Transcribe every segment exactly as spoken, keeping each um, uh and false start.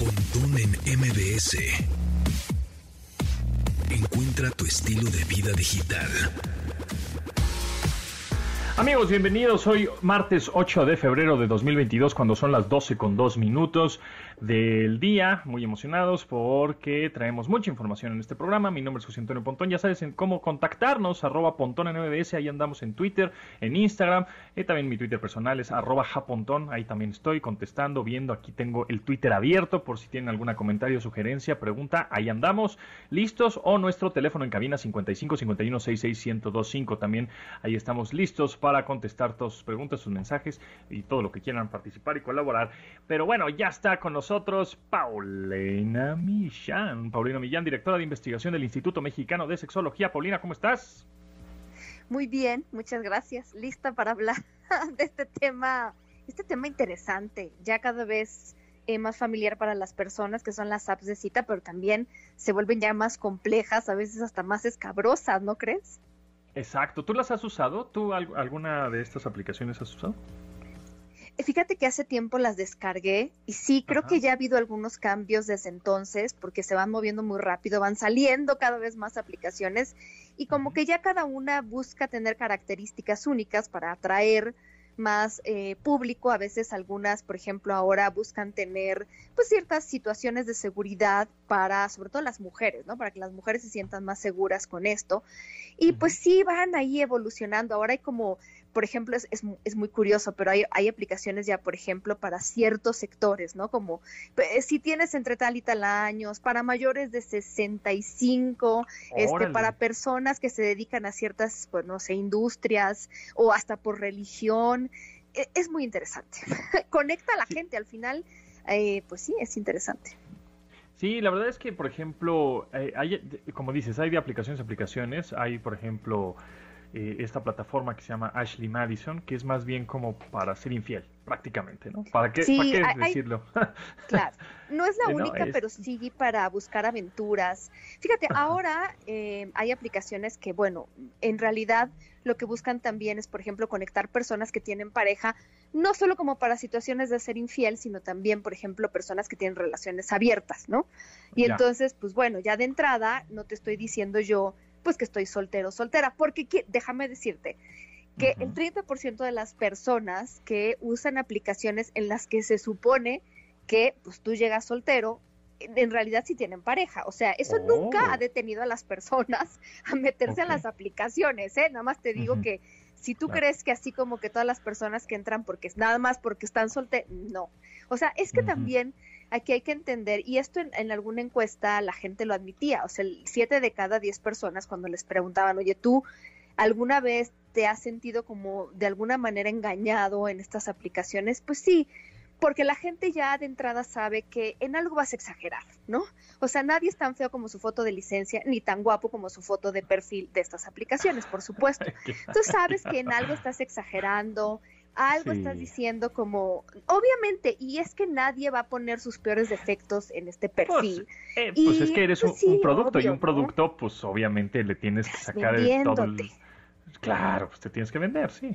Pontón en M B S. Encuentra tu estilo de vida digital. Amigos, bienvenidos. Hoy martes ocho de febrero de dos mil veintidós, cuando son las doce con dos minutos del día. Muy emocionados porque traemos mucha información en este programa. Mi nombre es José Antonio Pontón. Ya sabes en cómo contactarnos, arroba Pontón en M B S. Ahí andamos en Twitter, en Instagram. Y también mi Twitter personal es arroba Japontón. Ahí también estoy contestando, viendo. Aquí tengo el Twitter abierto por si tienen algún comentario, sugerencia, pregunta. Ahí andamos listos. O nuestro teléfono en cabina cincuenta y cinco, cincuenta y uno, sesenta y seis, ciento veinticinco. También ahí estamos listos para contestar todas sus preguntas, sus mensajes y todo lo que quieran participar y colaborar. Pero bueno, ya está con nosotros Paulina Millán. Paulina Millán, directora de investigación del Instituto Mexicano de Sexología. Paulina, ¿cómo estás? Muy bien, muchas gracias. Lista para hablar de este tema, este tema interesante, ya cada vez eh, más familiar para las personas, que son las apps de cita, pero también se vuelven ya más complejas, a veces hasta más escabrosas, ¿no crees? Exacto. ¿Tú las has usado? ¿Tú al- alguna de estas aplicaciones has usado? Fíjate que hace tiempo las descargué y sí, creo Ajá. que ya ha habido algunos cambios desde entonces porque se van moviendo muy rápido, van saliendo cada vez más aplicaciones y como Ujú. que ya cada una busca tener características únicas para atraer más eh, público. A veces algunas, por ejemplo, ahora buscan tener pues ciertas situaciones de seguridad para, sobre todo las mujeres, ¿no? Para que las mujeres se sientan más seguras con esto. Y pues Ujú. sí, van ahí evolucionando. Ahora hay como, por ejemplo, es, es, es muy curioso, pero hay, hay aplicaciones ya, por ejemplo, para ciertos sectores, ¿no? Como pues, si tienes entre tal y tal años, para mayores de sesenta y cinco, este, para Órale. personas que se dedican a ciertas, pues no sé, industrias o hasta por religión. E- Es muy interesante. Conecta a la gente al final, eh, pues sí, es interesante. Sí, la verdad es que, por ejemplo, eh, hay, de- como dices, hay de aplicaciones a aplicaciones. Hay, por ejemplo, eh, esta plataforma que se llama Ashley Madison, que es más bien como para ser infiel, prácticamente, ¿no? ¿Para qué, para Sí, qué hay, hay decirlo? Claro, no es la Eh, no, única, es... pero sí para buscar aventuras. Fíjate, Ajá. ahora eh, hay aplicaciones que, bueno, en realidad lo que buscan también es, por ejemplo, conectar personas que tienen pareja, no solo como para situaciones de ser infiel, sino también, por ejemplo, personas que tienen relaciones abiertas, ¿no? Y Ya. entonces, pues bueno, ya de entrada no te estoy diciendo yo, pues que estoy soltero o soltera, porque qui- déjame decirte que el Ujú. treinta por ciento de las personas que usan aplicaciones en las que se supone que pues tú llegas soltero, en en realidad sí tienen pareja. O sea, eso nunca ha Oh, detenido a las personas a meterse a ok. las aplicaciones, ¿eh? Nada más te digo Ujú. que si tú Claro. crees que así como que todas las personas que entran porque es nada más porque están solteros, no. O sea, es que Ujú. también aquí hay que entender, y esto en, en alguna encuesta la gente lo admitía, o sea, el siete de cada diez personas cuando les preguntaban, oye, ¿tú alguna vez te has sentido como de alguna manera engañado en estas aplicaciones? Pues sí, porque la gente ya de entrada sabe que en algo vas a exagerar, ¿no? O sea, nadie es tan feo como su foto de licencia, ni tan guapo como su foto de perfil de estas aplicaciones, por supuesto. Tú sabes que en algo estás exagerando, algo estás Sí. diciendo como, obviamente, y es que nadie va a poner sus peores defectos en este Pues, perfil. eh, pues es Y que eres pues un, un sí, producto y obvio, un ¿no? producto, pues obviamente le tienes que Estás sacar el- todo vendiéndote. el... Claro, pues te tienes que vender, sí.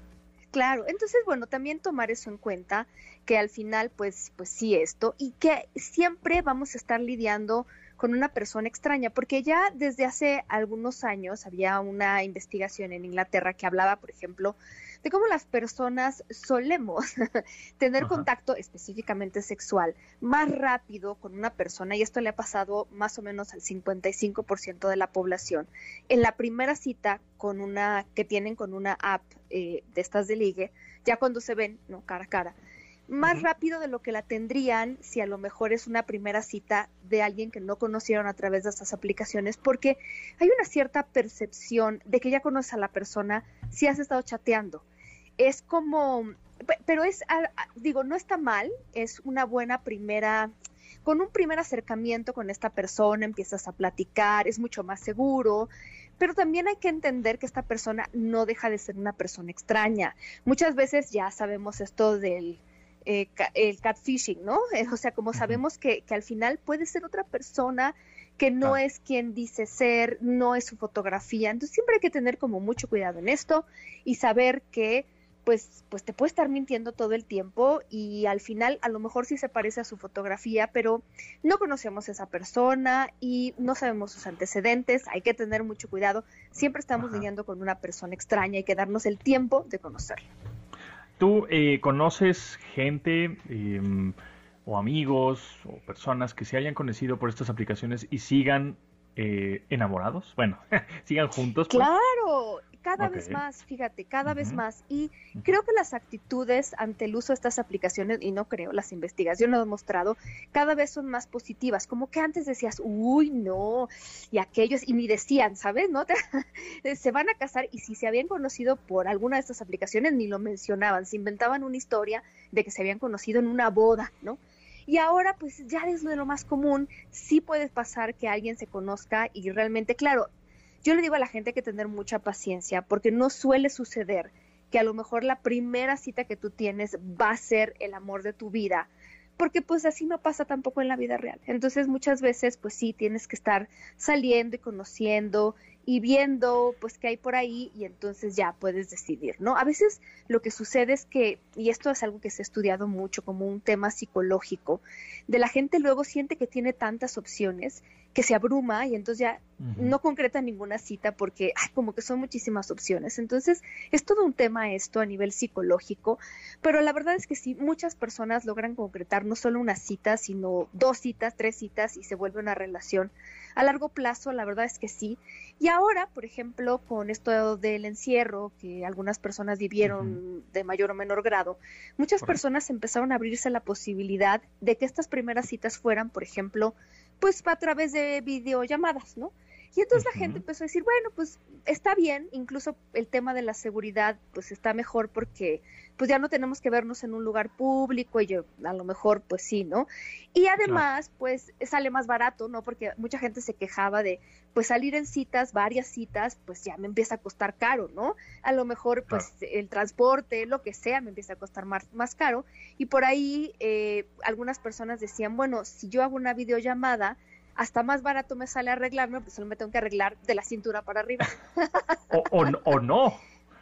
Claro, entonces, bueno, también tomar eso en cuenta, que al final, pues, pues sí esto, y que siempre vamos a estar lidiando con una persona extraña, porque ya desde hace algunos años había una investigación en Inglaterra que hablaba, por ejemplo, de cómo las personas solemos tener Ajá. contacto específicamente sexual más rápido con una persona, y esto le ha pasado más o menos al cincuenta y cinco por ciento de la población, en la primera cita con una que tienen con una app eh, de estas de ligue, ya cuando se ven, no, cara a cara, más Ujú. rápido de lo que la tendrían si a lo mejor es una primera cita de alguien que no conocieron a través de estas aplicaciones, porque hay una cierta percepción de que ya conoces a la persona si has estado chateando. Es como, pero es, digo, no está mal, es una buena primera, con un primer acercamiento con esta persona, empiezas a platicar, es mucho más seguro, pero también hay que entender que esta persona no deja de ser una persona extraña. Muchas veces ya sabemos esto del eh, el catfishing, ¿no? Eh, o sea, como Ujú. sabemos que, que al final puede ser otra persona que no Claro. es quien dice ser, no es su fotografía. Entonces siempre hay que tener como mucho cuidado en esto y saber que pues, pues te puede estar mintiendo todo el tiempo y al final a lo mejor sí se parece a su fotografía, pero no conocemos a esa persona y no sabemos sus antecedentes, hay que tener mucho cuidado, siempre estamos Ajá. lidiando con una persona extraña, hay que darnos el tiempo de conocerla. ¿Tú eh, conoces gente eh, o amigos o personas que se hayan conocido por estas aplicaciones y sigan eh, enamorados? Bueno, sigan juntos, pues. Claro, cada Ok. vez más, fíjate, cada vez Ujú, más. Y ujú. creo que las actitudes ante el uso de estas aplicaciones, y no creo, las investigaciones lo han mostrado, cada vez son más positivas. Como que antes decías, uy, no, y aquellos, y ni decían, ¿sabes? ¿No? Se van a casar y si se habían conocido por alguna de estas aplicaciones, ni lo mencionaban, se inventaban una historia de que se habían conocido en una boda, ¿no? Y ahora, pues ya desde lo más común, sí puede pasar que alguien se conozca y realmente, claro, yo le digo a la gente que tener mucha paciencia porque no suele suceder que a lo mejor la primera cita que tú tienes va a ser el amor de tu vida, porque pues así no pasa tampoco en la vida real. Entonces muchas veces pues sí tienes que estar saliendo y conociendo y viendo pues qué hay por ahí y entonces ya puedes decidir, ¿no? A veces lo que sucede es que, y esto es algo que se ha estudiado mucho como un tema psicológico, de la gente luego siente que tiene tantas opciones que se abruma y entonces ya Ujú. no concreta ninguna cita porque ay, como que son muchísimas opciones. Entonces es todo un tema esto a nivel psicológico, pero la verdad es que sí, muchas personas logran concretar no solo una cita, sino dos citas, tres citas y se vuelve una relación a largo plazo, la verdad es que sí. Y ahora, por ejemplo, con esto del encierro que algunas personas vivieron Ujú. de mayor o menor grado, muchas Correcto. personas empezaron a abrirse la posibilidad de que estas primeras citas fueran, por ejemplo, pues a través de videollamadas, ¿no? Y entonces la gente Ujú. empezó a decir, bueno, pues está bien, incluso el tema de la seguridad pues está mejor porque pues ya no tenemos que vernos en un lugar público y yo a lo mejor pues sí, ¿no? Y Claro. además pues sale más barato, ¿no? Porque mucha gente se quejaba de pues salir en citas, varias citas, pues ya me empieza a costar caro, ¿no? A lo mejor Claro. pues el transporte, lo que sea, me empieza a costar más, más caro y por ahí eh, algunas personas decían, bueno, si yo hago una videollamada, hasta más barato me sale arreglarme, pues solo me tengo que arreglar de la cintura para arriba. O, o, n- o no.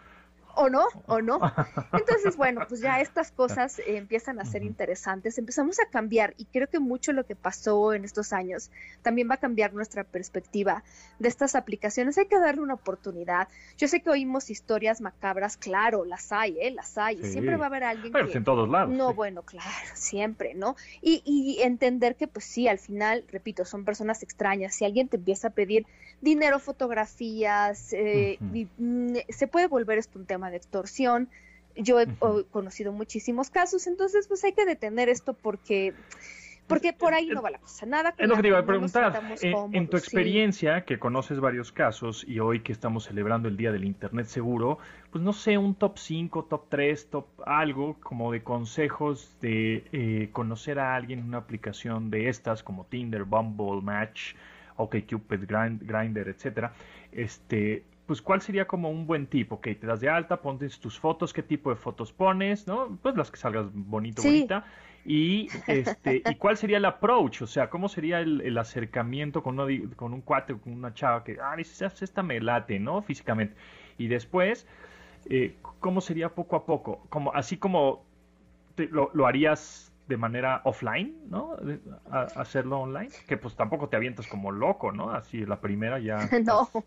¿O no? ¿O no? Entonces, bueno, pues ya estas Claro. cosas eh, empiezan a ser Ujú. interesantes, empezamos a cambiar y creo que mucho lo que pasó en estos años también va a cambiar nuestra perspectiva de estas aplicaciones. Hay que darle una oportunidad. Yo sé que oímos historias macabras, claro, las hay, ¿eh? Las hay. Y siempre va Sí. a haber alguien Bueno, pues que, en todos lados, no, sí. bueno, claro, siempre, ¿no? Y, y entender que, pues sí, al final, repito, son personas extrañas. Si alguien te empieza a pedir dinero, fotografías, eh, Ujú. y, mm, se puede volver esto un tema de extorsión. Yo he Ujú. o, conocido muchísimos casos, entonces pues hay que detener esto porque Pues, porque por ahí no es, va la cosa. Nada es con lo que te iba a no nos preguntar. sintamos En, en tu cómodos, sí. experiencia, que conoces varios casos y hoy que estamos celebrando el Día del Internet Seguro, pues no sé, un top cinco, top tres, top algo como de consejos de eh, conocer a alguien en una aplicación de estas como Tinder, Bumble, Match, OkCupid, Grind- Grindr, etcétera. Este, pues cuál sería como un buen tip, ok, te das de alta, pones tus fotos, qué tipo de fotos pones, ¿no? Pues las que salgas bonito, Sí, bonita. Y este, ¿y cuál sería el approach? O sea, ¿cómo sería el, el acercamiento con, uno di- con un cuate o con una chava que, ah, dices, esta me late, ¿no? Físicamente. Y después, eh, ¿cómo sería poco a poco? Como, así como te- lo, lo harías de manera offline, ¿no? De- a- hacerlo online, que pues tampoco te avientas como loco, ¿no? Así la primera ya no. estás.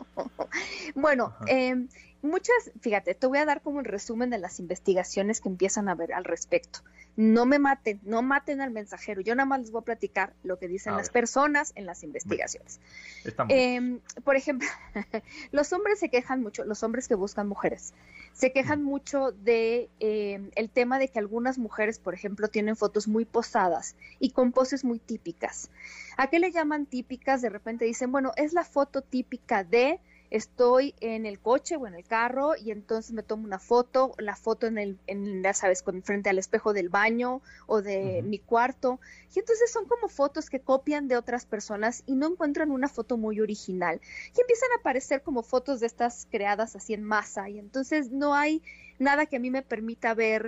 Bueno, Ajá. eh, muchas, fíjate, te voy a dar como el resumen de las investigaciones que empiezan a ver al respecto. No me maten, no maten al mensajero. Yo nada más les voy a platicar lo que dicen A las ver, personas en las venga, investigaciones. estamos listos. Eh, por ejemplo, los hombres se quejan mucho, los hombres que buscan mujeres, se Mm, quejan mucho de eh, el tema de que algunas mujeres, por ejemplo, tienen fotos muy posadas y con poses muy típicas. ¿A qué le llaman típicas? De repente dicen, bueno, es la foto típica de estoy en el coche o en el carro y entonces me tomo una foto, la foto en el, en, ya sabes, con frente al espejo del baño o de ujú. mi cuarto. Y entonces son como fotos que copian de otras personas y no encuentran una foto muy original. Y empiezan a aparecer como fotos de estas creadas así en masa y entonces no hay nada que a mí me permita ver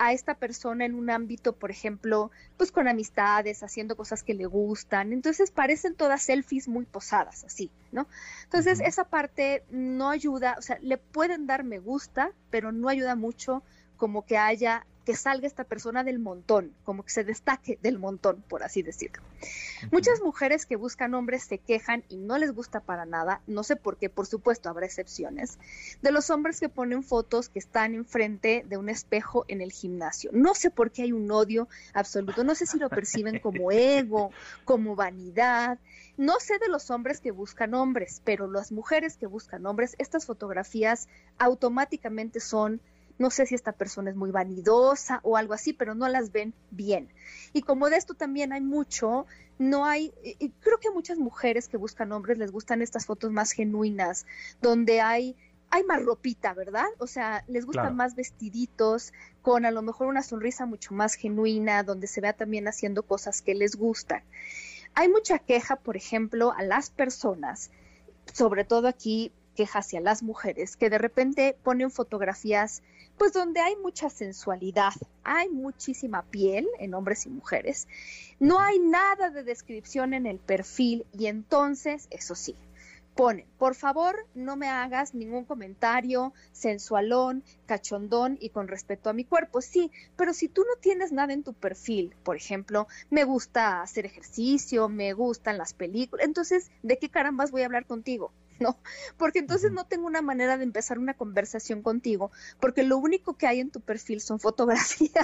a esta persona en un ámbito, por ejemplo, pues con amistades, haciendo cosas que le gustan. Entonces parecen todas selfies muy posadas, así, ¿no? Entonces uh-huh. esa parte no ayuda, o sea, le pueden dar me gusta, pero no ayuda mucho como que haya, que salga esta persona del montón, como que se destaque del montón, por así decirlo. Uh-huh. Muchas mujeres que buscan hombres se quejan y no les gusta para nada, no sé por qué, por supuesto habrá excepciones, de los hombres que ponen fotos que están enfrente de un espejo en el gimnasio. No sé por qué hay un odio absoluto, no sé si lo perciben como ego, como vanidad, no sé de los hombres que buscan hombres, pero las mujeres que buscan hombres, estas fotografías automáticamente son, no sé si esta persona es muy vanidosa o algo así, pero no las ven bien. Y como de esto también hay mucho, no hay, y creo que a muchas mujeres que buscan hombres les gustan estas fotos más genuinas, donde hay, hay más ropita, ¿verdad? O sea, les gustan claro. más vestiditos, con a lo mejor una sonrisa mucho más genuina, donde se vea también haciendo cosas que les gustan. Hay mucha queja, por ejemplo, a las personas, sobre todo aquí, queja hacia las mujeres, que de repente ponen fotografías pues donde hay mucha sensualidad, hay muchísima piel en hombres y mujeres, no hay nada de descripción en el perfil y entonces, eso sí, ponen, por favor, no me hagas ningún comentario sensualón, cachondón y con respecto a mi cuerpo. Sí, pero si tú no tienes nada en tu perfil, por ejemplo, me gusta hacer ejercicio, me gustan las películas, entonces, ¿de qué carambas voy a hablar contigo? No, porque entonces no tengo una manera de empezar una conversación contigo, porque lo único que hay en tu perfil son fotografías.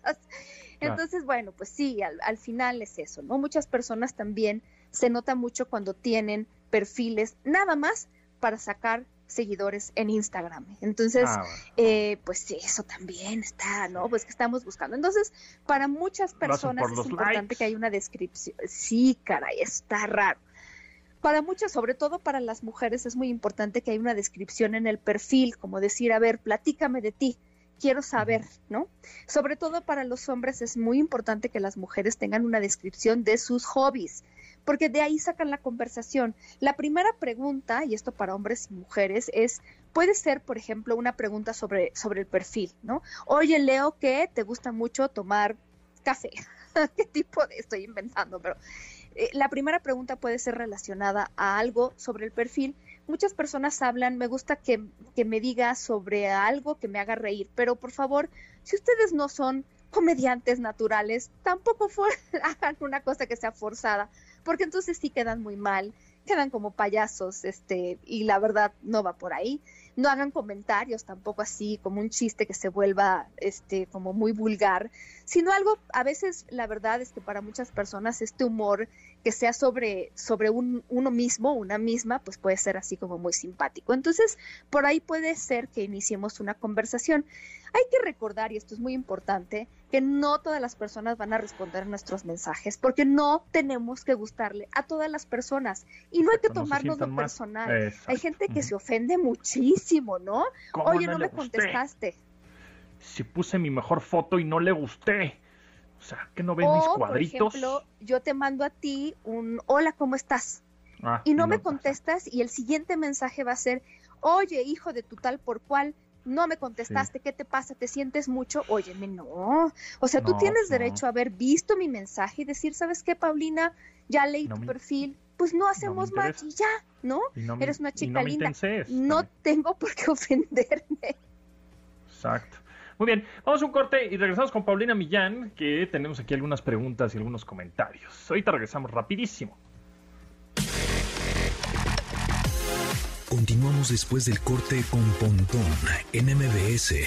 Entonces, bueno, pues sí, al, al final es eso, ¿no? Muchas personas también se nota mucho cuando tienen perfiles nada más para sacar seguidores en Instagram. Entonces, ah, bueno. eh, pues sí, eso también está, ¿no? Pues que estamos buscando. Entonces, para muchas personas es importante likes. Que haya una descripción. Sí, caray, está raro. Para muchas, sobre todo para las mujeres, es muy importante que haya una descripción en el perfil, como decir, a ver, platícame de ti, quiero saber, ¿no? Sobre todo para los hombres es muy importante que las mujeres tengan una descripción de sus hobbies, porque de ahí sacan la conversación. La primera pregunta, y esto para hombres y mujeres, es, puede ser, por ejemplo, una pregunta sobre, sobre el perfil, ¿no? Oye, leo que te gusta mucho tomar café. ¿Qué tipo de estoy inventando? Pero eh, la primera pregunta puede ser relacionada a algo sobre el perfil. Muchas personas hablan, me gusta que, que me diga sobre algo que me haga reír, pero por favor, si ustedes no son comediantes naturales, tampoco for- hagan una cosa que sea forzada, porque entonces sí quedan muy mal, quedan como payasos, este, y la verdad no va por ahí. No hagan comentarios tampoco así, como un chiste que se vuelva este, como muy vulgar, sino algo, a veces la verdad es que para muchas personas este humor que sea sobre, sobre un, uno mismo, una misma, pues puede ser así como muy simpático. Entonces, por ahí puede ser que iniciemos una conversación. Hay que recordar, y esto es muy importante, que no todas las personas van a responder nuestros mensajes, porque no tenemos que gustarle a todas las personas, y no hay que tomarnos lo personal. Exacto. Hay gente que uh-huh. se ofende muchísimo, ¿no? Oye, no, no me contestaste. Si puse mi mejor foto y no le gusté. O sea, ¿que no ven o, mis cuadritos? Por ejemplo, yo te mando a ti un hola, ¿cómo estás? Ah, y no, no me contestas, pasa. Y el siguiente mensaje va a ser, oye, hijo de tu tal por cual, no me contestaste, sí. ¿Qué te pasa? ¿Te sientes mucho? Óyeme, no. O sea, no, tú tienes no. derecho a haber visto mi mensaje y decir, ¿sabes qué, Paulina? Ya leí no tu me, perfil, pues no hacemos no match y ya, ¿no? Y no me, Eres una chica no linda. Intenses, no tengo por qué ofenderme. Exacto. Muy bien, vamos a un corte y regresamos con Paulina Millán, que tenemos aquí algunas preguntas y algunos comentarios. Ahorita regresamos rapidísimo. Continuamos después del corte con Pontón en M B S.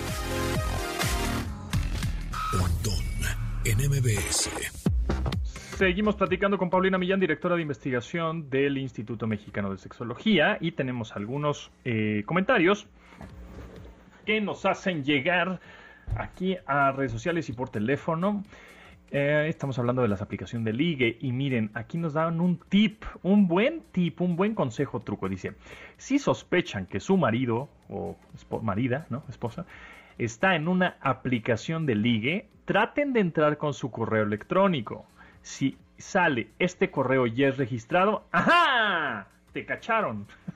Pontón en M B S. Seguimos platicando con Paulina Millán, directora de investigación del Instituto Mexicano de Sexología, y tenemos algunos eh, comentarios que nos hacen llegar aquí a redes sociales y por teléfono. Eh, estamos hablando de las aplicaciones de ligue y miren, aquí nos dan un tip, un buen tip, un buen consejo truco. Dice, si sospechan que su marido o esp- marida, ¿no? esposa, está en una aplicación de ligue, traten de entrar con su correo electrónico. Si sale este correo y es registrado, ¡ajá! Te cacharon.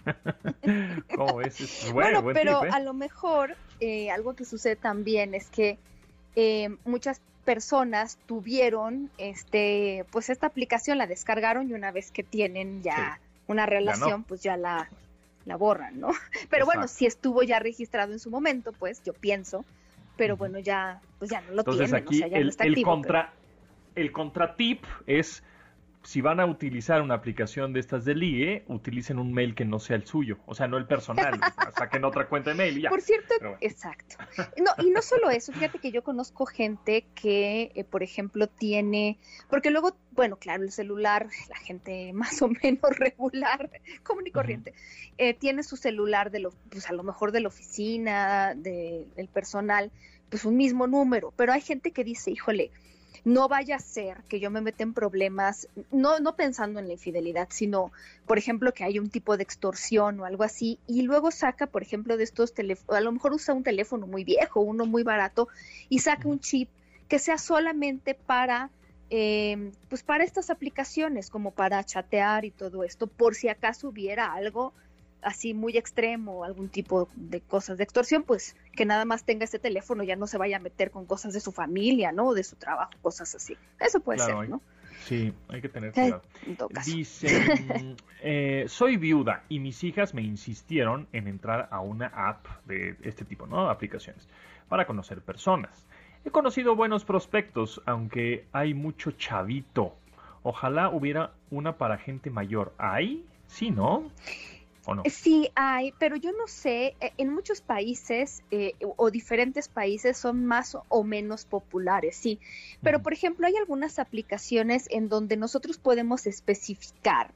¿Cómo ves? Es bueno, bueno, buen pero tip, ¿eh? a lo mejor eh, algo que sucede también es que eh, muchas personas tuvieron este pues esta aplicación, la descargaron y una vez que tienen ya Sí. una relación, Ya no. pues ya la, la borran, ¿no? Pero bueno, Exacto. si estuvo ya registrado en su momento, pues yo pienso, pero Ujú. bueno, ya pues ya no lo Entonces tienen, aquí o sea, ya no el, está el activo. contra el contratip es si van a utilizar una aplicación de estas de ligue, utilicen un mail que no sea el suyo, o sea, no el personal, saquen otra cuenta de mail y ya. Por cierto, Pero bueno. exacto. No, y no solo eso, fíjate que yo conozco gente que, eh, por ejemplo, tiene, porque luego, bueno, claro, el celular, la gente más o menos regular, común y corriente, uh-huh. eh, tiene su celular de lo, pues a lo mejor de la oficina, de, del personal, pues un mismo número, pero hay gente que dice, híjole, no vaya a ser que yo me meta en problemas, no, no pensando en la infidelidad, sino, por ejemplo, que hay un tipo de extorsión o algo así, y luego saca, por ejemplo, de estos teléfonos, a lo mejor usa un teléfono muy viejo, uno muy barato, y saca un chip que sea solamente para, eh, pues para estas aplicaciones, como para chatear y todo esto, por si acaso hubiera algo así muy extremo, algún tipo de cosas de extorsión, pues que nada más tenga ese teléfono, ya no se vaya a meter con cosas de su familia, ¿no? De su trabajo, cosas así. Eso puede claro, ser, hay, ¿no? Sí, hay que tener cuidado. En todo caso. Dicen, eh, soy viuda y mis hijas me insistieron en entrar a una app de este tipo, ¿no? Aplicaciones, para conocer personas. He conocido buenos prospectos, aunque hay mucho chavito. Ojalá hubiera una para gente mayor. ¿Hay? Sí, ¿no? ¿O no? Sí hay, pero yo no sé, en muchos países eh, o diferentes países son más o menos populares, sí, pero uh-huh. por ejemplo hay algunas aplicaciones en donde nosotros podemos especificar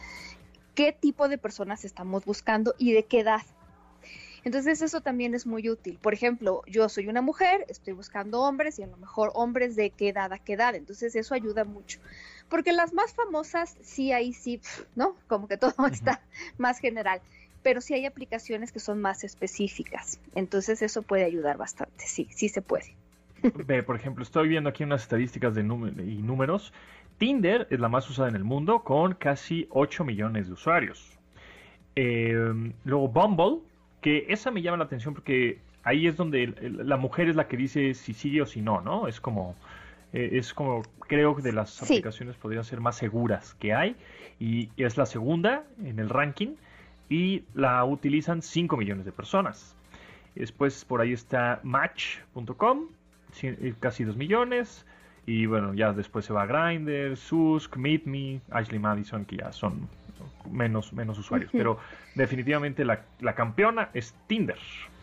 qué tipo de personas estamos buscando y de qué edad. Entonces eso también es muy útil. Por ejemplo, yo soy una mujer, estoy buscando hombres y a lo mejor hombres de qué edad a qué edad. Entonces eso ayuda mucho. Porque las más famosas, sí, ahí sí, ¿no? Como que todo uh-huh. está más general. Pero sí hay aplicaciones que son más específicas. Entonces eso puede ayudar bastante. Sí, sí se puede. Ve, por ejemplo, estoy viendo aquí unas estadísticas de número y números. Tinder es la más usada en el mundo con casi ocho millones de usuarios. Eh, luego Bumble, que esa me llama la atención porque ahí es donde el, el, la mujer es la que dice si sigue o si no, ¿no? Es como, eh, es como creo que de las sí. aplicaciones podrían ser más seguras que hay y, y es la segunda en el ranking y la utilizan cinco millones de personas. Después por ahí está Match punto com, casi dos millones y bueno, ya después se va Grindr, Susk, Meet Me, Ashley Madison, que ya son menos, menos usuarios, uh-huh. pero definitivamente la, la campeona es Tinder.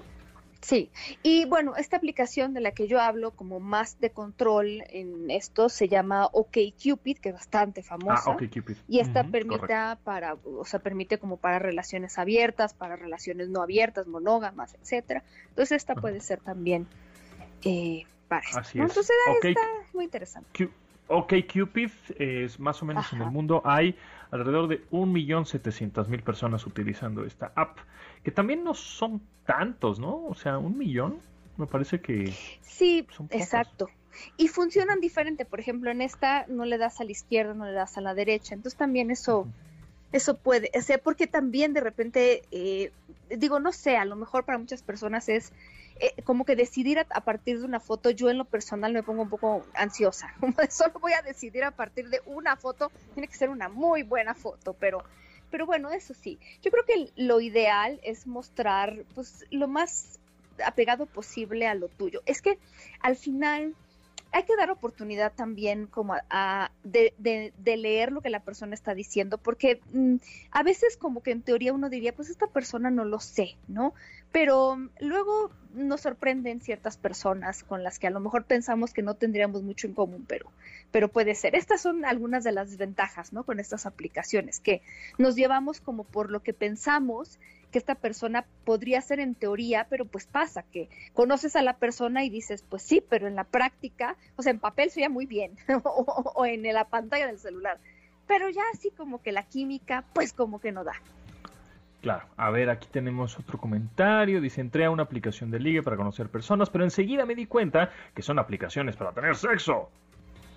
Sí, y bueno, esta aplicación de la que yo hablo como más de control en esto se llama OkCupid, que es bastante famosa. Ah, OkCupid. Y esta uh-huh, permite correcto. para, o sea, permite como para relaciones abiertas, para relaciones no abiertas, monógamas, etcétera. Entonces esta uh-huh. puede ser también eh, para esto. Así ¿no? es. Entonces Okay. está muy interesante. Q- OkCupid es más o menos Ajá. en el mundo hay alrededor de un millón setecientas mil personas utilizando esta app, que también no son tantos, ¿no? O sea, un millón, me parece que sí, son pocos. Exacto. Y funcionan diferente, por ejemplo, en esta no le das a la izquierda, no le das a la derecha, entonces también eso, uh-huh. eso puede, o sea, porque también de repente, eh, digo, no sé, a lo mejor para muchas personas es Eh, como que decidir a, a partir de una foto, yo en lo personal me pongo un poco ansiosa, como de solo voy a decidir a partir de una foto, tiene que ser una muy buena foto, pero, pero bueno, eso sí, yo creo que lo ideal es mostrar pues lo más apegado posible a lo tuyo, es que al final hay que dar oportunidad también como a, a de, de, de leer lo que la persona está diciendo, porque mmm, a veces como que en teoría uno diría, pues esta persona no lo sé, ¿no? Pero um, luego nos sorprenden ciertas personas con las que a lo mejor pensamos que no tendríamos mucho en común, pero, pero puede ser. Estas son algunas de las desventajas, ¿no? Con estas aplicaciones, que nos llevamos como por lo que pensamos que esta persona podría ser en teoría, pero pues pasa que conoces a la persona y dices, pues sí, pero en la práctica, o sea, en papel se oye muy bien, o, o en la pantalla del celular, pero ya así como que la química, pues como que no da. Claro, a ver, aquí tenemos otro comentario, dice, entré a una aplicación de ligue para conocer personas, pero enseguida me di cuenta que son aplicaciones para tener sexo.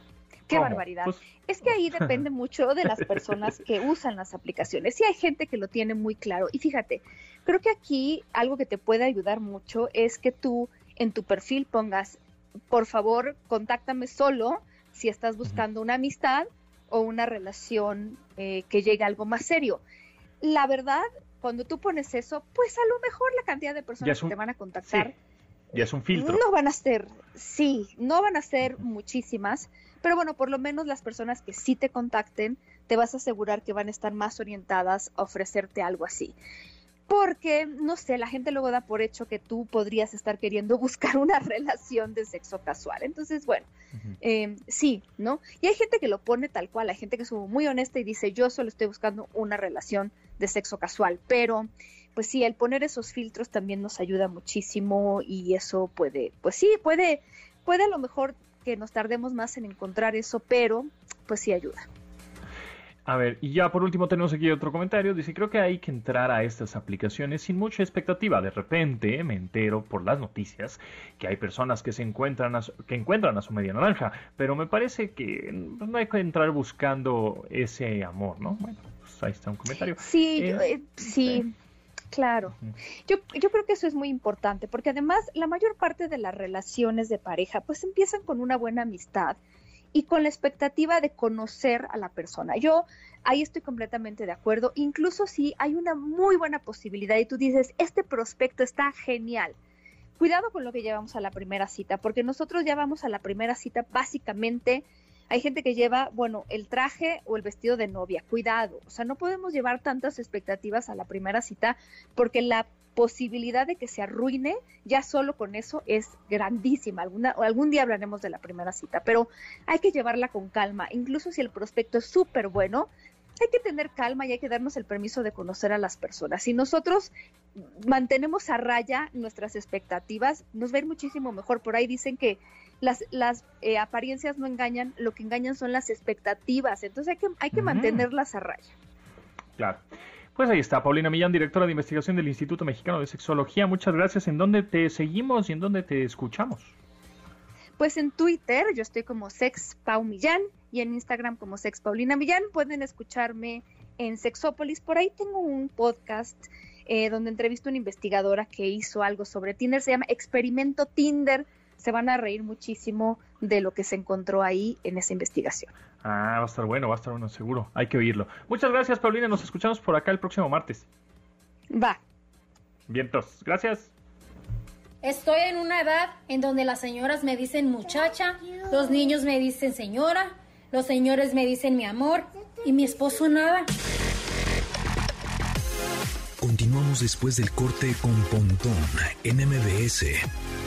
Qué ¿Cómo? barbaridad. Pues... Es que ahí depende mucho de las personas que usan las aplicaciones. Sí hay gente que lo tiene muy claro. Y fíjate, creo que aquí algo que te puede ayudar mucho es que tú en tu perfil pongas, por favor, contáctame solo si estás buscando una amistad o una relación eh, que llegue a algo más serio. La verdad, cuando tú pones eso, pues a lo mejor la cantidad de personas un... que te van a contactar... Sí. Ya es un filtro. No van a ser, sí, no van a ser muchísimas, pero bueno, por lo menos las personas que sí te contacten, te vas a asegurar que van a estar más orientadas a ofrecerte algo así. Porque, no sé, la gente luego da por hecho que tú podrías estar queriendo buscar una relación de sexo casual. Entonces, bueno, uh-huh. eh, sí, ¿no? Y hay gente que lo pone tal cual, hay gente que es muy honesta y dice, yo solo estoy buscando una relación de sexo casual, pero... pues sí, el poner esos filtros también nos ayuda muchísimo y eso puede, pues sí, puede, puede a lo mejor que nos tardemos más en encontrar eso, pero pues sí ayuda. A ver, y ya por último tenemos aquí otro comentario. Dice, creo que hay que entrar a estas aplicaciones sin mucha expectativa. De repente me entero por las noticias que hay personas que se encuentran a su, que encuentran a su media naranja, pero me parece que no hay que entrar buscando ese amor, ¿no? Bueno, pues ahí está un comentario. Sí, eh, yo, eh, sí. Eh. Claro, yo, yo creo que eso es muy importante, porque además la mayor parte de las relaciones de pareja pues empiezan con una buena amistad y con la expectativa de conocer a la persona. Yo ahí estoy completamente de acuerdo, incluso si hay una muy buena posibilidad y tú dices, este prospecto está genial. Cuidado con lo que llevamos a la primera cita, porque nosotros ya vamos a la primera cita básicamente... Hay gente que lleva, bueno, el traje o el vestido de novia, cuidado, o sea, no podemos llevar tantas expectativas a la primera cita porque la posibilidad de que se arruine ya solo con eso es grandísima. Alguna, algún día hablaremos de la primera cita, pero hay que llevarla con calma, incluso si el prospecto es súper bueno, hay que tener calma y hay que darnos el permiso de conocer a las personas. Si nosotros mantenemos a raya nuestras expectativas, nos va a ir muchísimo mejor. Por ahí dicen que las, las eh, apariencias no engañan, lo que engañan son las expectativas. Entonces hay que, hay que uh-huh. mantenerlas a raya. Claro. Pues ahí está, Paulina Millán, directora de investigación del Instituto Mexicano de Sexología. Muchas gracias. ¿En dónde te seguimos y en dónde te escuchamos? Pues en Twitter yo estoy como SexPauMillán y en Instagram como SexPaulina Millán. Pueden escucharme en Sexópolis. Por ahí tengo un podcast eh, donde entrevisto a una investigadora que hizo algo sobre Tinder. Se llama Experimento Tinder. Se van a reír muchísimo de lo que se encontró ahí en esa investigación. Ah, va a estar bueno, va a estar bueno, seguro. Hay que oírlo. Muchas gracias, Paulina. Nos escuchamos por acá el próximo martes. Va. Vientos. Gracias. Estoy en una edad en donde las señoras me dicen muchacha, los niños me dicen señora, los señores me dicen mi amor y mi esposo nada. Continuamos después del corte con Pontón en M B S.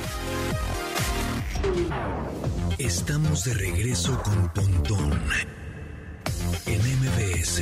Estamos de regreso con Pontón en M B S.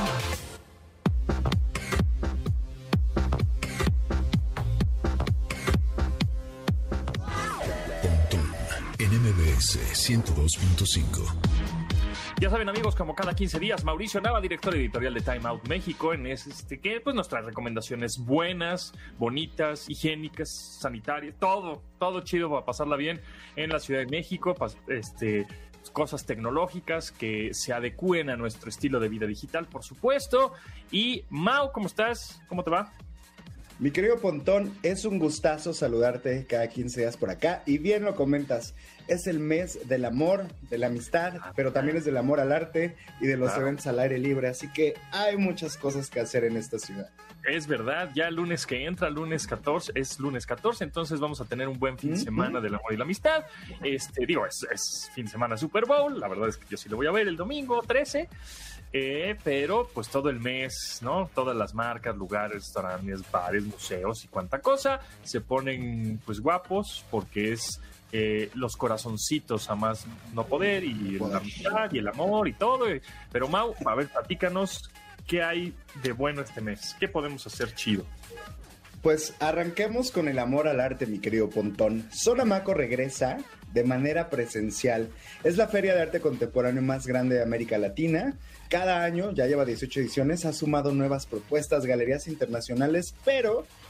Pontón en M B S ciento dos punto cinco. Ya saben, amigos, como cada quince días, Mauricio Nava, director editorial de Time Out México, en este que pues nos trae recomendaciones buenas, bonitas, higiénicas, sanitarias, todo, todo chido para pasarla bien en la Ciudad de México, este, cosas tecnológicas que se adecúen a nuestro estilo de vida digital, por supuesto. Y Mau, ¿cómo estás? ¿Cómo te va? Mi querido Pontón, es un gustazo saludarte cada quince días por acá. Y bien lo comentas, es el mes del amor, de la amistad, ah, pero también es del amor al arte y de los claro. eventos al aire libre. Así que hay muchas cosas que hacer en esta ciudad. Es verdad, ya el lunes que entra, lunes catorce, es lunes catorce, entonces vamos a tener un buen fin de mm-hmm. semana del amor y la amistad. Este, digo, es, es fin de semana Super Bowl, la verdad es que yo sí lo voy a ver el domingo trece. Eh, pero pues todo el mes, ¿no? Todas las marcas, lugares, restaurantes, bares, museos y cuánta cosa se ponen pues guapos porque es eh, los corazoncitos a más no poder y la amistad y el amor y todo. Pero Mau, a ver, platícanos qué hay de bueno este mes, qué podemos hacer chido. Pues arranquemos con el amor al arte, mi querido Pontón. Sonamaco regresa de manera presencial. Es la feria de arte contemporáneo más grande de América Latina. Cada año, ya lleva dieciocho ediciones, ha sumado nuevas propuestas, galerías internacionales, pero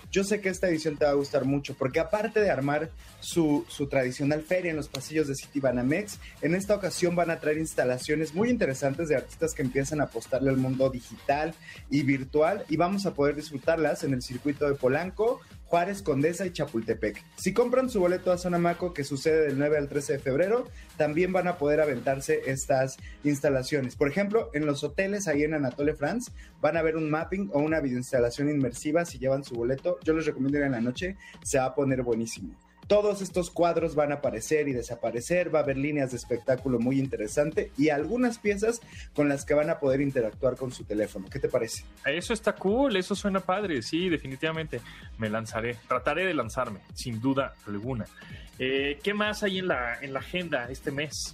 Yo sé que esta edición te va a gustar mucho, porque aparte de armar su, su tradicional feria en los pasillos de Citibanamex, en esta ocasión van a traer instalaciones muy interesantes de artistas que empiezan a apostarle al mundo digital y virtual, y vamos a poder disfrutarlas en el circuito de Polanco, Juárez, Condesa y Chapultepec. Si compran su boleto a Sonamaco, que sucede del nueve al trece de febrero, también van a poder aventarse estas instalaciones. Por ejemplo, en los hoteles ahí en Anatole France van a ver un mapping o una videoinstalación inmersiva si llevan su boleto. Yo les recomiendo ir en la noche, se va a poner buenísimo. Todos estos cuadros van a aparecer y desaparecer, va a haber líneas de espectáculo muy interesante y algunas piezas con las que van a poder interactuar con su teléfono. ¿Qué te parece? Eso está cool, eso suena padre, sí, definitivamente me lanzaré, trataré de lanzarme, sin duda alguna. Eh, ¿Qué más hay en la, en la agenda este mes?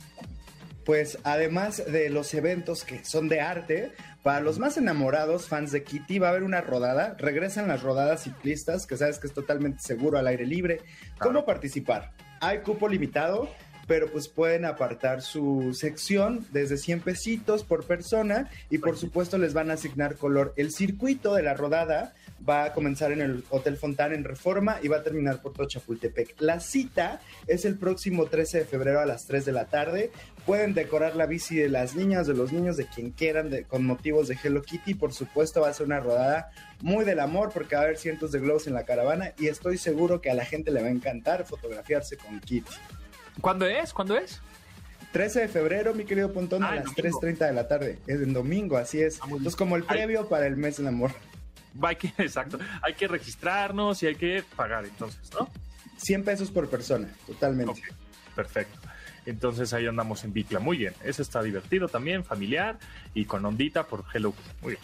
Pues además de los eventos que son de arte, para los más enamorados fans de Kitty va a haber una rodada, regresan las rodadas ciclistas, que sabes que es totalmente seguro al aire libre. ¿Cómo participar? Hay cupo limitado, pero pues pueden apartar su sección desde cien pesitos por persona y por supuesto les van a asignar color. El circuito de la rodada va a comenzar en el Hotel Fontana en Reforma y va a terminar por todo Chapultepec. La cita es el próximo trece de febrero a las tres de la tarde. Pueden decorar la bici de las niñas, de los niños, de quien quieran, de, con motivos de Hello Kitty. Por supuesto va a ser una rodada muy del amor porque va a haber cientos de globos en la caravana y estoy seguro que a la gente le va a encantar fotografiarse con Kitty. ¿Cuándo es? ¿Cuándo es? trece de febrero, mi querido Pontón, ah, a las tres treinta de la tarde. Es en domingo, así es. Ah, entonces, como el previo hay... para el mes del amor. Hay que, exacto. Hay que registrarnos y hay que pagar, entonces, ¿no? cien pesos por persona, totalmente. Okay, perfecto. Entonces ahí andamos en Bicla. Muy bien. Eso está divertido también, familiar y con ondita por Hello Kitty. Muy bien.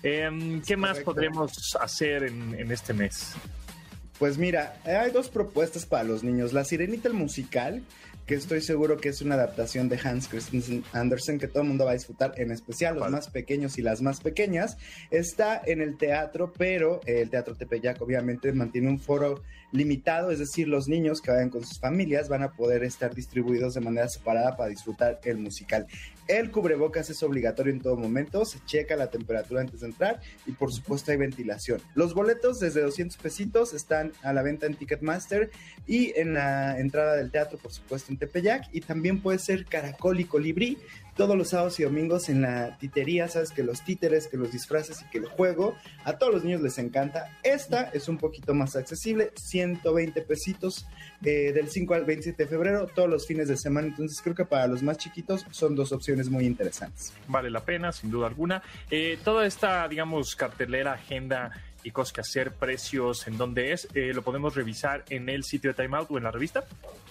Eh, ¿Qué es más correcto. Podremos hacer en, en este mes? Pues mira, hay dos propuestas para los niños. La Sirenita el musical, que estoy seguro que es una adaptación de Hans Christian Andersen que todo el mundo va a disfrutar, en especial los vale. más pequeños y las más pequeñas. Está en el teatro, pero el Teatro Tepeyac obviamente mantiene un foro limitado, es decir, los niños que vayan con sus familias van a poder estar distribuidos de manera separada para disfrutar el musical. El cubrebocas es obligatorio en todo momento, se checa la temperatura antes de entrar y por supuesto hay ventilación. Los boletos desde doscientos pesitos están a la venta en Ticketmaster y en la entrada del teatro, por supuesto, en Tepeyac, y también puede ser Caracol y Colibrí todos los sábados y domingos en la titería. Sabes que los títeres, que los disfraces y que el juego a todos los niños les encanta. Esta es un poquito más accesible, ciento veinte pesitos eh, del cinco al veintisiete de febrero, todos los fines de semana. Entonces creo que para los más chiquitos son dos opciones muy interesantes. Vale la pena, sin duda alguna. Eh, toda esta, digamos, cartelera, agenda y cosas que hacer, precios, en dónde es, eh, lo podemos revisar en el sitio de Time Out o en la revista.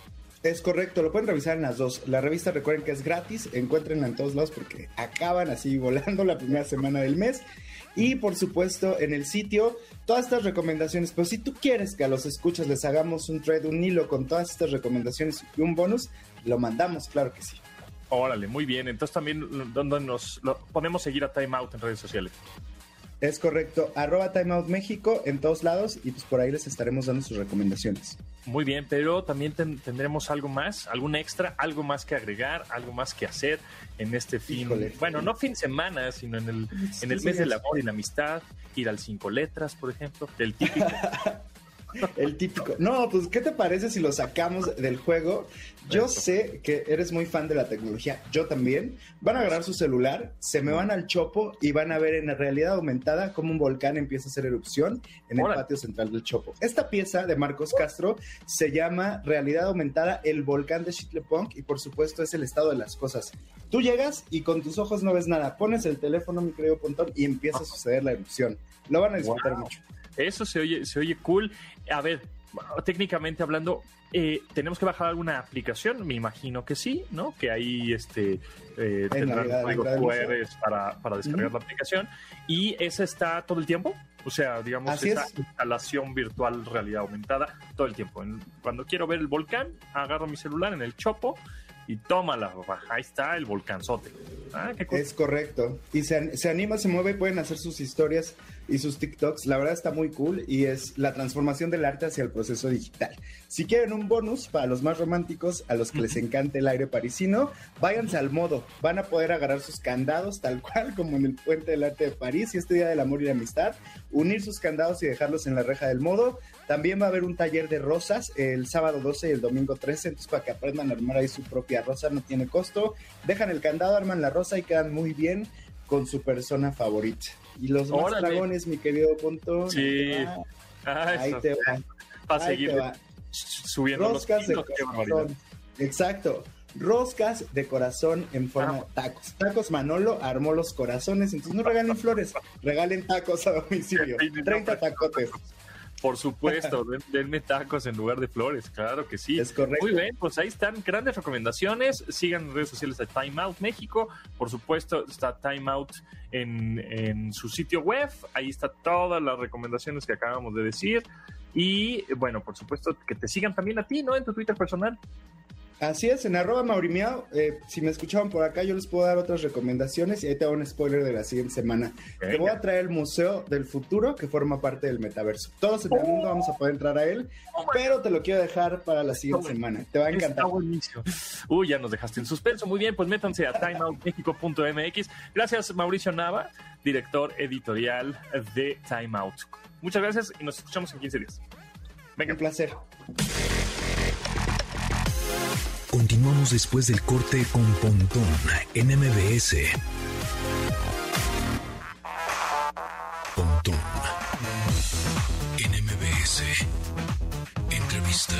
Es correcto, lo pueden revisar en las dos. La revista, recuerden que es gratis, encuéntrenla en todos lados porque acaban así volando la primera semana del mes. Y por supuesto en el sitio, todas estas recomendaciones. Pero si tú quieres que a los escuchas les hagamos un thread, un hilo con todas estas recomendaciones y un bonus, lo mandamos, claro que sí. Órale, muy bien. Entonces también donde nos lo, podemos seguir a Time Out en redes sociales. Es correcto, arroba Time Out México en todos lados y pues por ahí les estaremos dando sus recomendaciones. Muy bien, pero también ten, tendremos algo más, algún extra, algo más que agregar, algo más que hacer en este fin, Híjole. bueno, no fin de semana, sino en el, sí, en el mes sí, del amor y la amistad, ir al Cinco Letras, por ejemplo, el típico. El típico. No, pues, ¿qué te parece si lo sacamos del juego? Yo Eso. sé que eres muy fan de la tecnología, yo también. Van a agarrar su celular, se me van al Chopo y van a ver en realidad aumentada cómo un volcán empieza a hacer erupción en Hola. el patio central del Chopo. Esta pieza de Marcos Castro se llama Realidad Aumentada, el volcán de Xitlepunk, y por supuesto es el estado de las cosas. Tú llegas y con tus ojos no ves nada, pones el teléfono, mi querido Pontón, y empieza a suceder la erupción. Lo van a disfrutar wow. mucho. Eso se oye, se oye cool. A ver, técnicamente hablando, eh, ¿tenemos que bajar alguna aplicación? Me imagino que sí, ¿no? Que ahí este, eh, tendrán código Q R para, para descargar uh-huh. la aplicación. ¿Y esa está todo el tiempo? O sea, digamos, Así esa es. instalación virtual realidad aumentada todo el tiempo. En, cuando quiero ver el volcán, agarro mi celular en el Chopo y tómala, ahí está el volcanzote. Ah, qué cool. Es correcto. Y se, se anima, se mueve, pueden hacer sus historias y sus TikToks. La verdad está muy cool y es la transformación del arte hacia el proceso digital. Si quieren un bonus para los más románticos, a los que les encante el aire parisino, váyanse al modo. Van a poder agarrar sus candados tal cual como en el Puente del Arte de París y este Día del Amor y la Amistad, unir sus candados y dejarlos en la reja del modo. También va a haber un taller de rosas el sábado doce y el domingo trece, entonces para que aprendan a armar ahí su propia rosa, no tiene costo. Dejan el candado, arman la rosa y quedan muy bien con su persona favorita. Y los más Órale. dragones, mi querido Pontón. Sí. Ah, ahí eso. te va. Para Ahí seguir te va. subiendo Roscas los de kilos, qué barbaridad. corazón. Exacto. Roscas de corazón en forma de tacos. Tacos Manolo armó los corazones, entonces no regalen flores, regalen tacos a domicilio. treinta tacotes. Por supuesto, den- denme tacos en lugar de flores, claro que sí. Es correcto. Muy bien, pues ahí están grandes recomendaciones. Sigan en redes sociales a Time Out México. Por supuesto, está Time Out en, en su sitio web. Ahí está todas las recomendaciones que acabamos de decir. Y bueno, por supuesto, que te sigan también a ti, ¿no? En tu Twitter personal. Así es, en arroba maurimiao, eh, si me escuchaban por acá, yo les puedo dar otras recomendaciones y ahí te hago un spoiler de la siguiente semana. Venga. Te voy a traer el Museo del Futuro, que forma parte del metaverso. Todos en el mundo vamos a poder entrar a él, pero te lo quiero dejar para la siguiente semana. Te va a encantar. Está buenísimo. Uy, ya nos dejaste en suspenso. Muy bien, pues métanse a time out mexico punto m x. Gracias, Mauricio Nava, director editorial de Time Out. Muchas gracias y nos escuchamos en quince días. Venga. Un placer. Continuamos después del corte con Pontón en M B S. Pontón en M B S. Entrevista.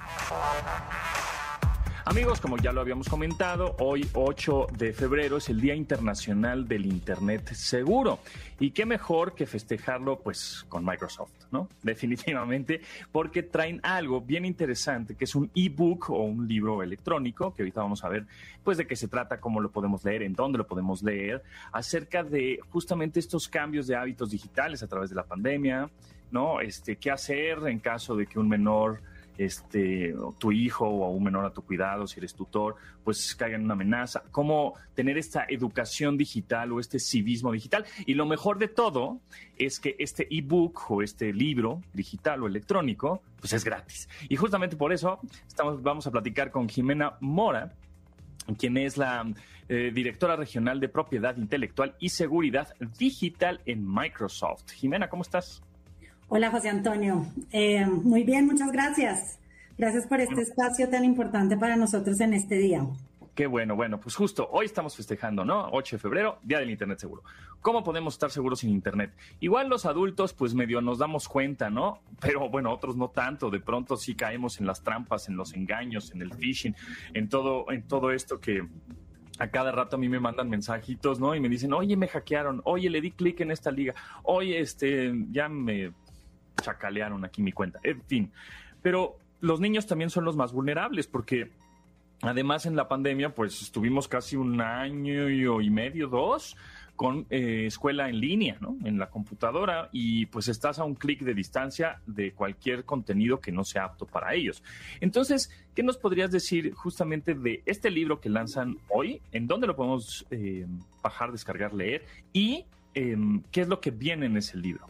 Amigos, como ya lo habíamos comentado, hoy ocho de febrero es el Día Internacional del Internet Seguro. Y qué mejor que festejarlo pues con Microsoft, ¿no? Definitivamente, porque traen algo bien interesante, que es un ebook o un libro electrónico, que ahorita vamos a ver pues de qué se trata, cómo lo podemos leer, en dónde lo podemos leer, acerca de justamente estos cambios de hábitos digitales a través de la pandemia, ¿no? Este, qué hacer en caso de que un menor... Este, tu hijo o un menor a tu cuidado, si eres tutor, pues caiga en una amenaza. Cómo tener esta educación digital o este civismo digital. Y lo mejor de todo es que este ebook o este libro digital o electrónico, pues es gratis. Y justamente por eso estamos, vamos a platicar con Jimena Mora, quien es la eh, directora regional de Propiedad Intelectual y Seguridad Digital en Microsoft. Jimena, ¿cómo estás? Hola, José Antonio. Eh, muy bien, muchas gracias. Gracias por este espacio tan importante para nosotros en este día. Qué bueno, bueno, pues justo hoy estamos festejando, ¿no? ocho de febrero, Día del Internet Seguro. ¿Cómo podemos estar seguros sin Internet? Igual los adultos, pues medio nos damos cuenta, ¿no? Pero bueno, otros no tanto. De pronto sí caemos en las trampas, en los engaños, en el phishing, en todo, en todo esto que... A cada rato a mí me mandan mensajitos, ¿no? Y me dicen, oye, me hackearon, oye, le di clic en esta liga, oye, este, ya me chacalearon aquí mi cuenta, en fin. Pero los niños también son los más vulnerables porque además en la pandemia, pues estuvimos casi un año y medio, dos, con eh, escuela en línea, ¿no? En la computadora y pues estás a un clic de distancia de cualquier contenido que no sea apto para ellos. Entonces, ¿qué nos podrías decir justamente de este libro que lanzan hoy? ¿En dónde lo podemos eh, bajar, descargar, leer? Y eh, ¿qué es lo que viene en ese libro?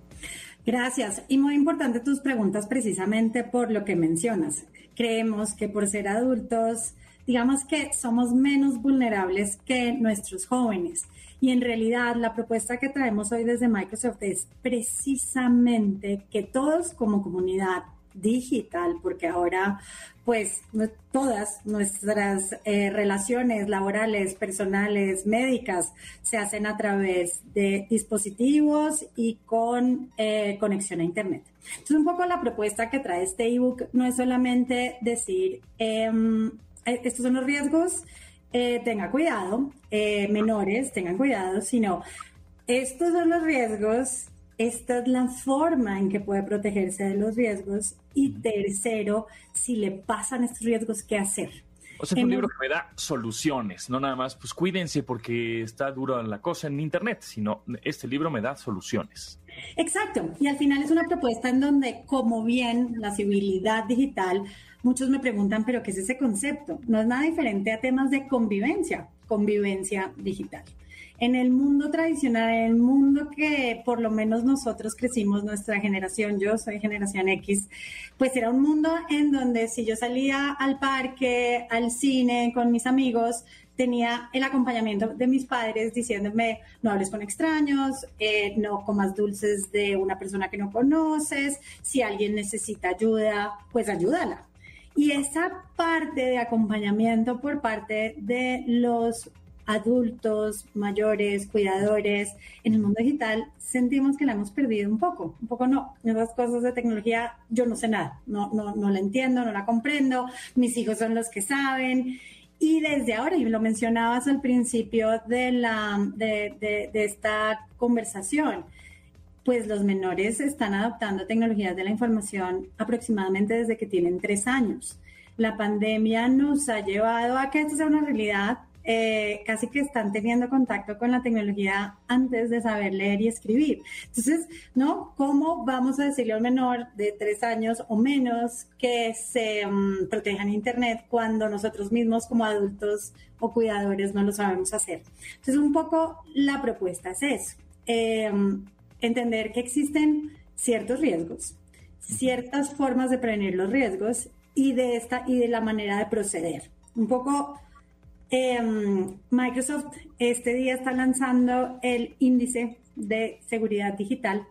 Gracias. Y muy importante tus preguntas precisamente por lo que mencionas. Creemos que por ser adultos, digamos que somos menos vulnerables que nuestros jóvenes. Y en realidad la propuesta que traemos hoy desde Microsoft es precisamente que todos como comunidad digital, porque ahora pues todas nuestras eh, relaciones laborales, personales, médicas se hacen a través de dispositivos y con eh, conexión a Internet. Entonces un poco la propuesta que trae este ebook no es solamente decir eh, estos son los riesgos, eh, tenga cuidado, eh, menores tengan cuidado, sino estos son los riesgos. Esta es la forma en que puede protegerse de los riesgos. Y tercero, si le pasan estos riesgos, ¿qué hacer? O sea, es un libro que me da soluciones, no nada más, pues cuídense porque está dura la cosa en Internet, sino este libro me da soluciones. Exacto. Y al final es una propuesta en donde, como bien la civilidad digital, muchos me preguntan, ¿pero qué es ese concepto? No es nada diferente a temas de convivencia. convivencia digital. En el mundo tradicional, en el mundo que por lo menos nosotros crecimos, nuestra generación, yo soy generación X, pues era un mundo en donde si yo salía al parque, al cine con mis amigos, tenía el acompañamiento de mis padres diciéndome, no hables con extraños, eh, no comas dulces de una persona que no conoces, si alguien necesita ayuda, pues ayúdala. Y esa parte de acompañamiento por parte de los adultos, mayores, cuidadores, en el mundo digital sentimos que la hemos perdido un poco, un poco no, en esas cosas de tecnología yo no sé nada, no, no, no la entiendo, no la comprendo, mis hijos son los que saben, y desde ahora, y lo mencionabas al principio de, la, de, de, de esta conversación, pues los menores están adoptando tecnologías de la información aproximadamente desde que tienen tres años. La pandemia nos ha llevado a que esto sea una realidad. Eh, casi que están teniendo contacto con la tecnología antes de saber leer y escribir. Entonces, ¿no? ¿Cómo vamos a decirle a un menor de tres años o menos que se um, proteja en Internet cuando nosotros mismos como adultos o cuidadores no lo sabemos hacer? Entonces, un poco la propuesta es eso, eh, entender que existen ciertos riesgos, ciertas formas de prevenir los riesgos y de, esta, y de la manera de proceder. Un poco... Eh, Microsoft este día está lanzando el índice de seguridad digital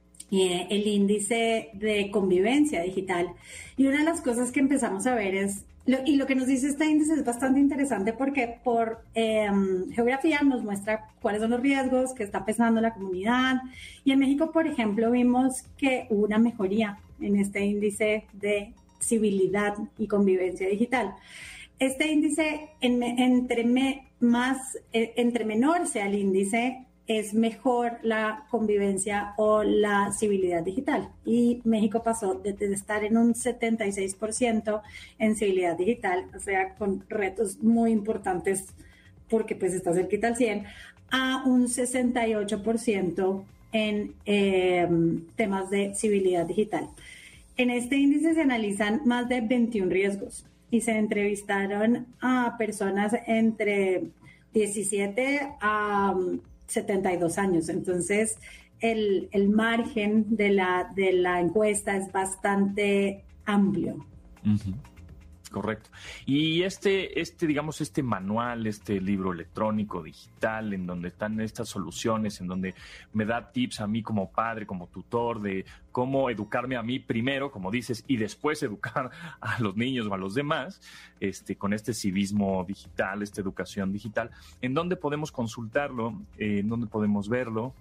y eh, el índice de convivencia digital. Y una de las cosas que empezamos a ver es, lo, y lo que nos dice este índice es bastante interesante porque por eh, geografía nos muestra cuáles son los riesgos que está pesando la comunidad. Y en México, por ejemplo, vimos que hubo una mejoría en este índice de civilidad y convivencia digital. Este índice, en, entre, me, más, eh, entre menor sea el índice, es mejor la convivencia o la civilidad digital. Y México pasó de, de estar en un setenta y seis por ciento en civilidad digital, o sea, con retos muy importantes porque pues está cerquita al cien, a un sesenta y ocho por ciento en eh, temas de civilidad digital. En este índice se analizan más de veintiún riesgos. Y se entrevistaron a personas entre diecisiete a setenta y dos años. Entonces, el, el margen de la, de la encuesta es bastante amplio. Uh-huh. Correcto. Y este, este, digamos, este manual, este libro electrónico, digital, en donde están estas soluciones, en donde me da tips a mí como padre, como tutor, de cómo educarme a mí primero, como dices, y después educar a los niños o a los demás, este, con este civismo digital, esta educación digital. ¿En dónde podemos consultarlo? Eh, ¿En dónde podemos verlo?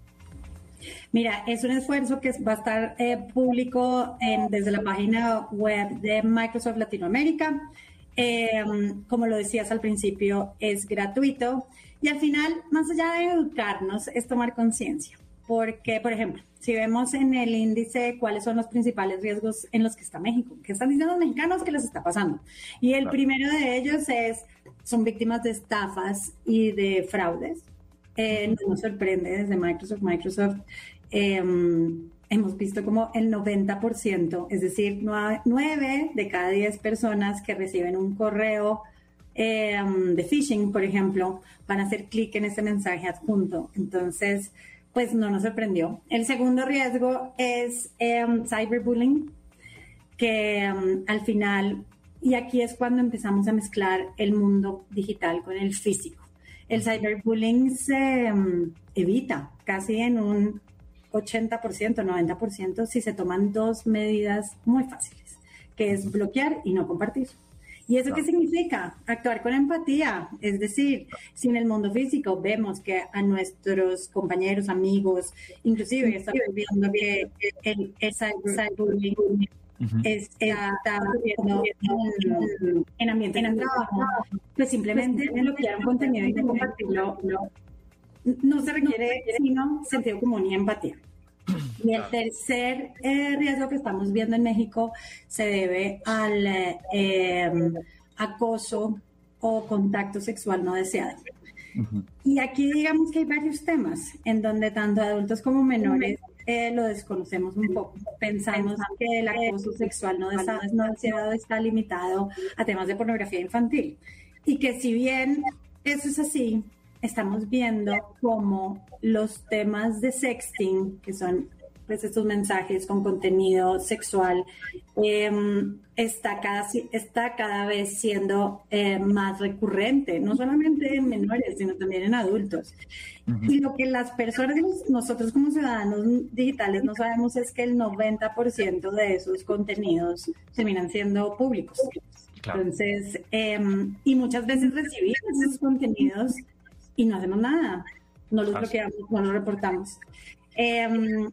Mira, es un esfuerzo que va a estar eh, público en, desde la página web de Microsoft Latinoamérica. Eh, como lo decías al principio, es gratuito y al final, más allá de educarnos, es tomar conciencia. Porque, por ejemplo, si vemos en el índice cuáles son los principales riesgos en los que está México, ¿qué están diciendo los mexicanos que les está pasando? Y el claro. primero de ellos es, son víctimas de estafas y de fraudes. Eh, no nos sorprende desde Microsoft. Microsoft eh, hemos visto como el noventa por ciento, es decir, nueve de cada diez personas que reciben un correo eh, de phishing, por ejemplo, van a hacer clic en ese mensaje adjunto. Entonces, pues no nos sorprendió. El segundo riesgo es eh, cyberbullying, que um, al final, y aquí es cuando empezamos a mezclar el mundo digital con el físico. El cyberbullying se um, evita casi en un ochenta por ciento, noventa por ciento si se toman dos medidas muy fáciles, que es bloquear y no compartir. ¿Y eso qué significa? Actuar con empatía. Es decir, si en el mundo físico vemos que a nuestros compañeros, amigos, inclusive estamos viendo que el, el cyberbullying Uh-huh. está ocurriendo en, en ambientes de trabajo, pues simplemente bloquear un contenido y compartirlo no, no se requiere sino sentido común y empatía. Y el tercer eh, riesgo que estamos viendo en México se debe al eh, acoso o contacto sexual no deseado. Uh-huh. Y aquí digamos que hay varios temas en donde tanto adultos como menores Eh, lo desconocemos un poco. Pensamos que el acoso sexual no deseado está limitado a temas de pornografía infantil y que si bien eso es así. Estamos viendo cómo los temas de sexting, que son pues estos mensajes con contenido sexual, eh, está, cada, está cada vez siendo eh, más recurrente, no solamente en menores, sino también en adultos. Uh-huh. Y lo que las personas, nosotros como ciudadanos digitales no sabemos es que el noventa por ciento de esos contenidos terminan siendo públicos. Claro. Entonces, eh, y muchas veces recibimos esos contenidos y no hacemos nada, no los bloqueamos, no los reportamos. Eh,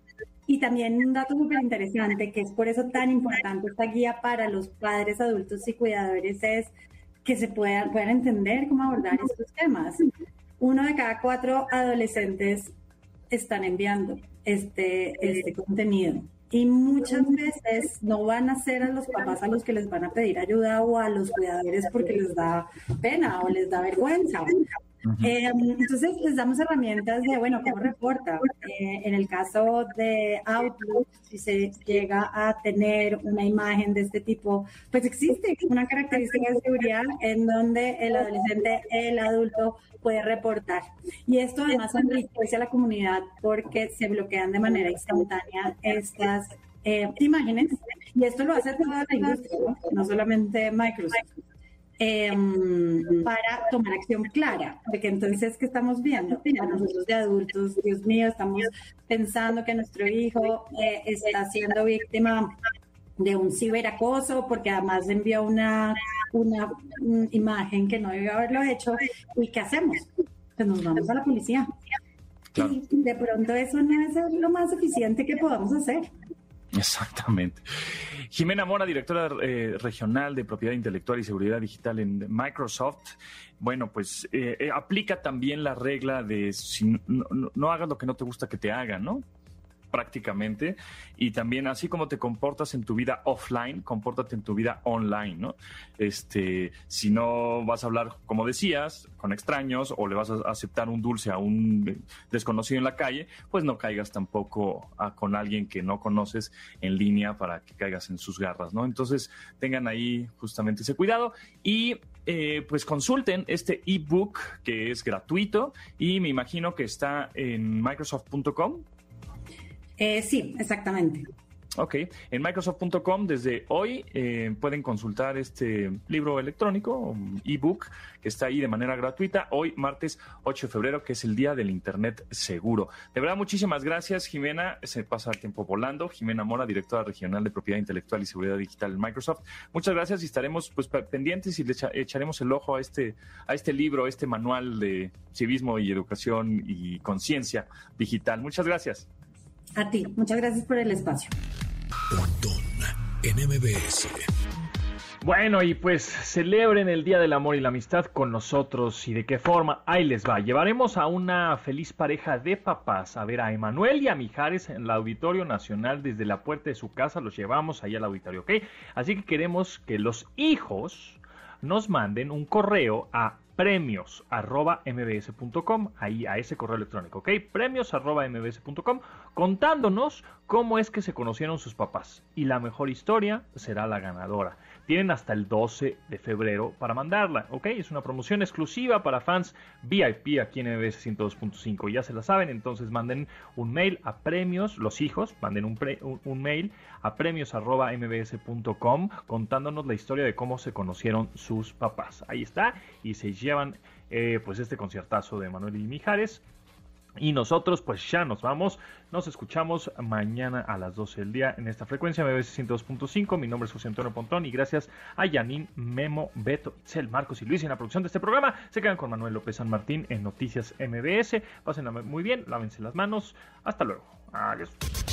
y también un dato súper interesante, que es por eso tan importante esta guía para los padres, adultos y cuidadores, es que se puedan, puedan entender cómo abordar estos temas. Uno de cada cuatro adolescentes están enviando este, este contenido. Y muchas veces no van a ser a los papás a los que les van a pedir ayuda o a los cuidadores porque les da pena o les da vergüenza. Uh-huh. Eh, entonces les damos herramientas de, bueno, ¿cómo reporta? Eh, en el caso de Outlook, si se llega a tener una imagen de este tipo, pues existe una característica de seguridad en donde el adolescente, el adulto puede reportar. Y esto además enriquece a la comunidad porque se bloquean de manera instantánea estas eh, imágenes. Y esto lo hace toda la industria, no, no solamente Microsoft. Eh, para tomar acción clara, porque entonces, ¿qué estamos viendo? A nosotros de adultos, Dios mío, estamos pensando que nuestro hijo eh, está siendo víctima de un ciberacoso porque además envió una, una um, imagen que no debió haberlo hecho. ¿Y qué hacemos? Pues nos vamos a la policía. Claro. Y de pronto eso no es lo más eficiente que podamos hacer. Exactamente. Jimena Mora, directora eh, regional de Propiedad Intelectual y Seguridad Digital en Microsoft. Bueno, pues eh, eh, aplica también la regla de si no, no, no hagas lo que no te gusta que te hagan, ¿no? Prácticamente. Y también así como te comportas en tu vida offline, compórtate en tu vida online, ¿no? Este, si no vas a hablar, como decías, con extraños o le vas a aceptar un dulce a un desconocido en la calle, pues no caigas tampoco a, con alguien que no conoces en línea para que caigas en sus garras, ¿no? Entonces tengan ahí justamente ese cuidado y eh, pues consulten este ebook que es gratuito y me imagino que está en microsoft punto com. Eh, sí, exactamente. Ok, en microsoft punto com desde hoy eh, pueden consultar este libro electrónico, ebook, que está ahí de manera gratuita, hoy martes ocho de febrero, que es el Día del Internet Seguro. De verdad, muchísimas gracias, Jimena, se pasa el tiempo volando. Jimena Mora, directora regional de Propiedad Intelectual y Seguridad Digital en Microsoft. Muchas gracias y estaremos pues pendientes y le echa, echaremos el ojo a este, a este libro, a este manual de civismo y educación y conciencia digital. Muchas gracias. A ti, muchas gracias por el espacio. Pontón en M B S. Bueno, y pues celebren el Día del Amor y la Amistad con nosotros. ¿Y de qué forma? Ahí les va. Llevaremos a una feliz pareja de papás a ver a Emanuel y a Mijares en el Auditorio Nacional. Desde la puerta de su casa los llevamos ahí al auditorio, ¿ok? Así que queremos que los hijos nos manden un correo a premios arroba mbs punto com, ahí a ese correo electrónico, ¿ok? Premios arroba mbs punto com, contándonos cómo es que se conocieron sus papás. Y la mejor historia será la ganadora. Tienen hasta el doce de febrero para mandarla, ¿ok? Es una promoción exclusiva para fans V I P aquí en M B S ciento dos punto cinco. Ya se la saben, entonces manden un mail a premios, los hijos, manden un, pre, un, un mail a premios arroba mbs punto com contándonos la historia de cómo se conocieron sus papás. Ahí está, y se llevan eh, pues este conciertazo de Emanuel y Mijares. Y nosotros pues ya nos vamos, nos escuchamos mañana a las doce del día en esta frecuencia M B S ciento dos punto cinco. Mi nombre es José Antonio Pontón y gracias a Yanin, Memo, Beto, Itzel, Marcos y Luis en la producción de este programa. Se quedan con Manuel López San Martín en Noticias M B S. Pásenla muy bien, lávense las manos. Hasta luego. Adiós.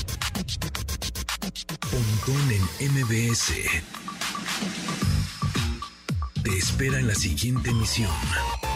Pontón en M B S. Te espera en la siguiente emisión.